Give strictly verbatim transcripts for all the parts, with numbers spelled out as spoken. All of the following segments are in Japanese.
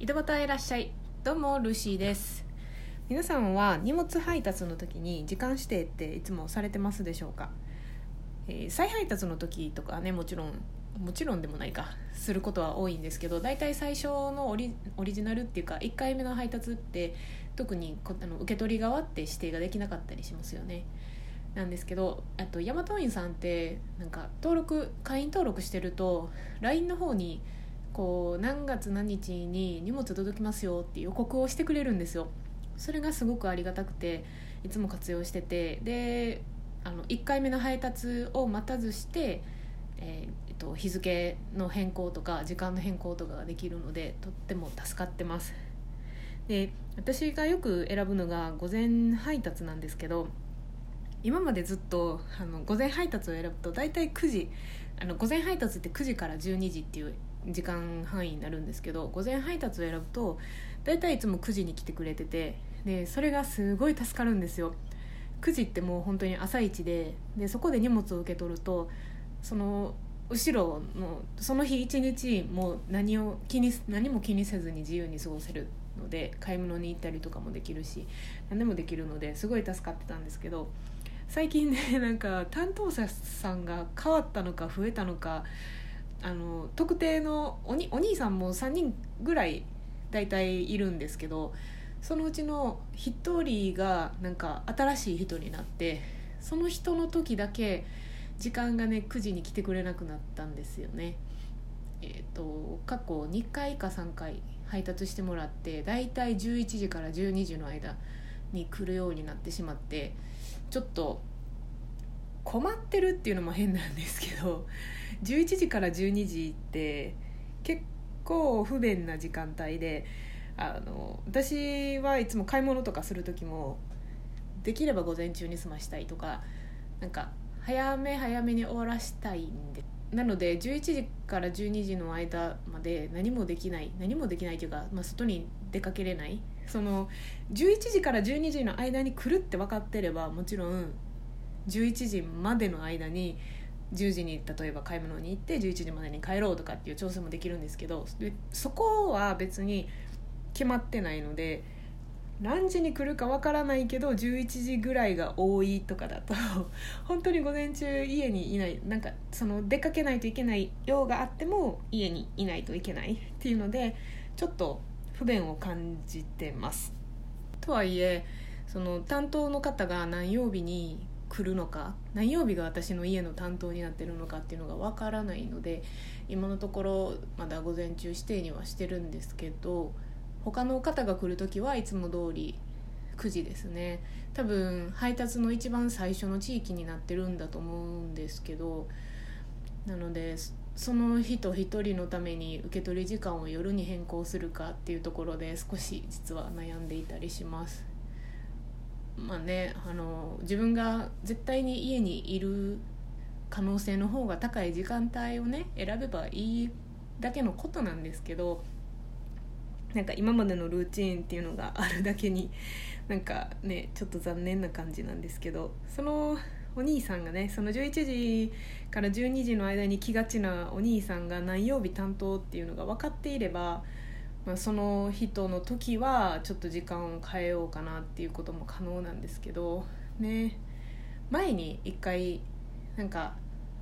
井戸端へいらっしゃい。どうもルーシーです。皆さんは荷物配達の時に時間指定っていつもされてますでしょうか？えー、再配達の時とかね、もちろんもちろんでもないかすることは多いんですけど、だいたい最初のオリ、オリジナルっていうかいっかいめの配達って特にこあの受け取り側って指定ができなかったりしますよね。なんですけど、あとヤマト運輸さんってなんか登録会員登録してると ライン の方にこう何月何日に荷物届きますよって予告をしてくれるんですよ。それがすごくありがたくていつも活用してて、であのいっかいめの配達を待たずして、えーえっと、日付の変更とか時間の変更とかができるのでとっても助かってます。で私がよく選ぶのが午前配達なんですけど、今までずっとあの午前配達を選ぶとだいたいくじ、あの午前配達ってくじからじゅうにじっていう時間範囲になるんですけど、午前配達を選ぶとだいたいいつもくじに来てくれてて、でそれがすごい助かるんですよ。くじってもう本当に朝一で、でそこで荷物を受け取るとその後ろのその日一日もう何を気に何も気にせずに自由に過ごせるので、買い物に行ったりとかもできるし何でもできるのですごい助かってたんですけど、最近ねなんか担当者さんが変わったのか増えたのか、あの特定のおにお兄さんもさんにんぐらいだいたいいるんですけど、そのうちのひとりがなんか新しい人になって、その人の時だけ時間がねくじに来てくれなくなったんですよね。えーと過去にかいかさんかい配達してもらって、だいたいじゅういちじからじゅうにじの間に来るようになってしまって、ちょっと困ってるっていうのも変なんですけど、じゅういちじからじゅうにじって結構不便な時間帯で、あの私はいつも買い物とかする時もできれば午前中に済ましたいとか、なんか早め早めに終わらしたいんで、なのでじゅういちじからじゅうにじの間まで何もできない何もできないというか、まあ、外に出かけれない、そのじゅういちじからじゅうにじの間に来るって分かってれば、もちろんじゅういちじまでの間にじゅうじに例えば買い物に行ってじゅういちじまでに帰ろうとかっていう調整もできるんですけど、そこは別に決まってないので、何時に来るかわからないけどじゅういちじぐらいが多いとかだと本当に午前中家にいない、なんかその出かけないといけない用があっても家にいないといけないっていうので、ちょっと不便を感じてます。とはいえその担当の方が何曜日に来るのか、何曜日が私の家の担当になってるのかっていうのがわからないので、今のところまだ午前中指定にはしてるんですけど、他の方が来るときはいつも通りくじですね。多分配達の一番最初の地域になってるんだと思うんですけど、なのでその人一人のために受け取り時間を夜に変更するかっていうところで少し実は悩んでいたりします。まあね、あの自分が絶対に家にいる可能性の方が高い時間帯をね選べばいいだけのことなんですけど、なんか今までのルーチンっていうのがあるだけになんかねちょっと残念な感じなんですけど、そのお兄さんがねそのじゅういちじからじゅうにじの間に来がちなお兄さんが何曜日担当っていうのが分かっていれば、まあ、その人の時はちょっと時間を変えようかなっていうことも可能なんですけどね。前に一回なんか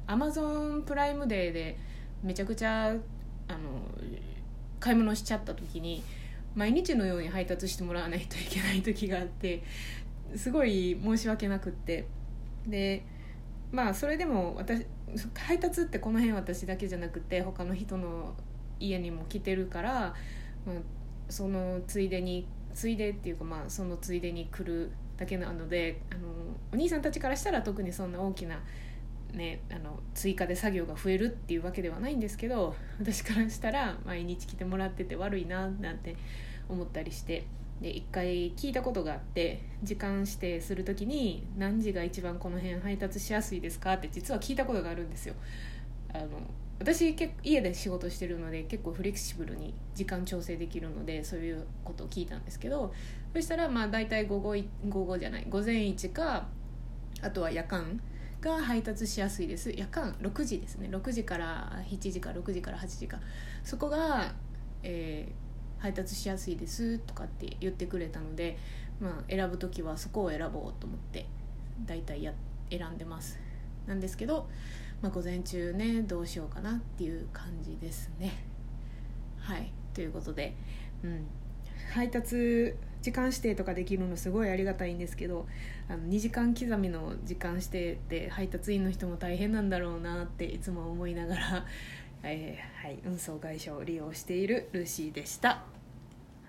Amazon プライムデーでめちゃくちゃあの買い物しちゃった時に毎日のように配達してもらわないといけない時があって、すごい申し訳なくって、でまあそれでも私配達ってこの辺私だけじゃなくて他の人の家にも来てるから、まあ、そのついでについでっていうかまあそのついでに来るだけなので、あのお兄さんたちからしたら特にそんな大きなね、あの追加で作業が増えるっていうわけではないんですけど、私からしたら毎日来てもらってて悪いななんて思ったりして、で一回聞いたことがあって、時間指定するときに何時が一番この辺配達しやすいですかって実は聞いたことがあるんですよ。あの私結構家で仕事してるので結構フレキシブルに時間調整できるので、そういうことを聞いたんですけど、そしたらまあ大体午後午後じゃない午前一かあとは夜間が配達しやすいです。夜間ろくじですね、ろくじからしちじかろくじからはちじか、そこが、え配達しやすいですとかって言ってくれたので、まあ、選ぶときはそこを選ぼうと思ってだいたいや選んでますなんですけど、まあ、午前中ねどうしようかなっていう感じですね。はいということで、うん、配達時間指定とかできるのすごいありがたいんですけど、あのにじかん刻みの時間指定って配達員の人も大変なんだろうなっていつも思いながら、えーはい、運送会社を利用しているルーシーでした。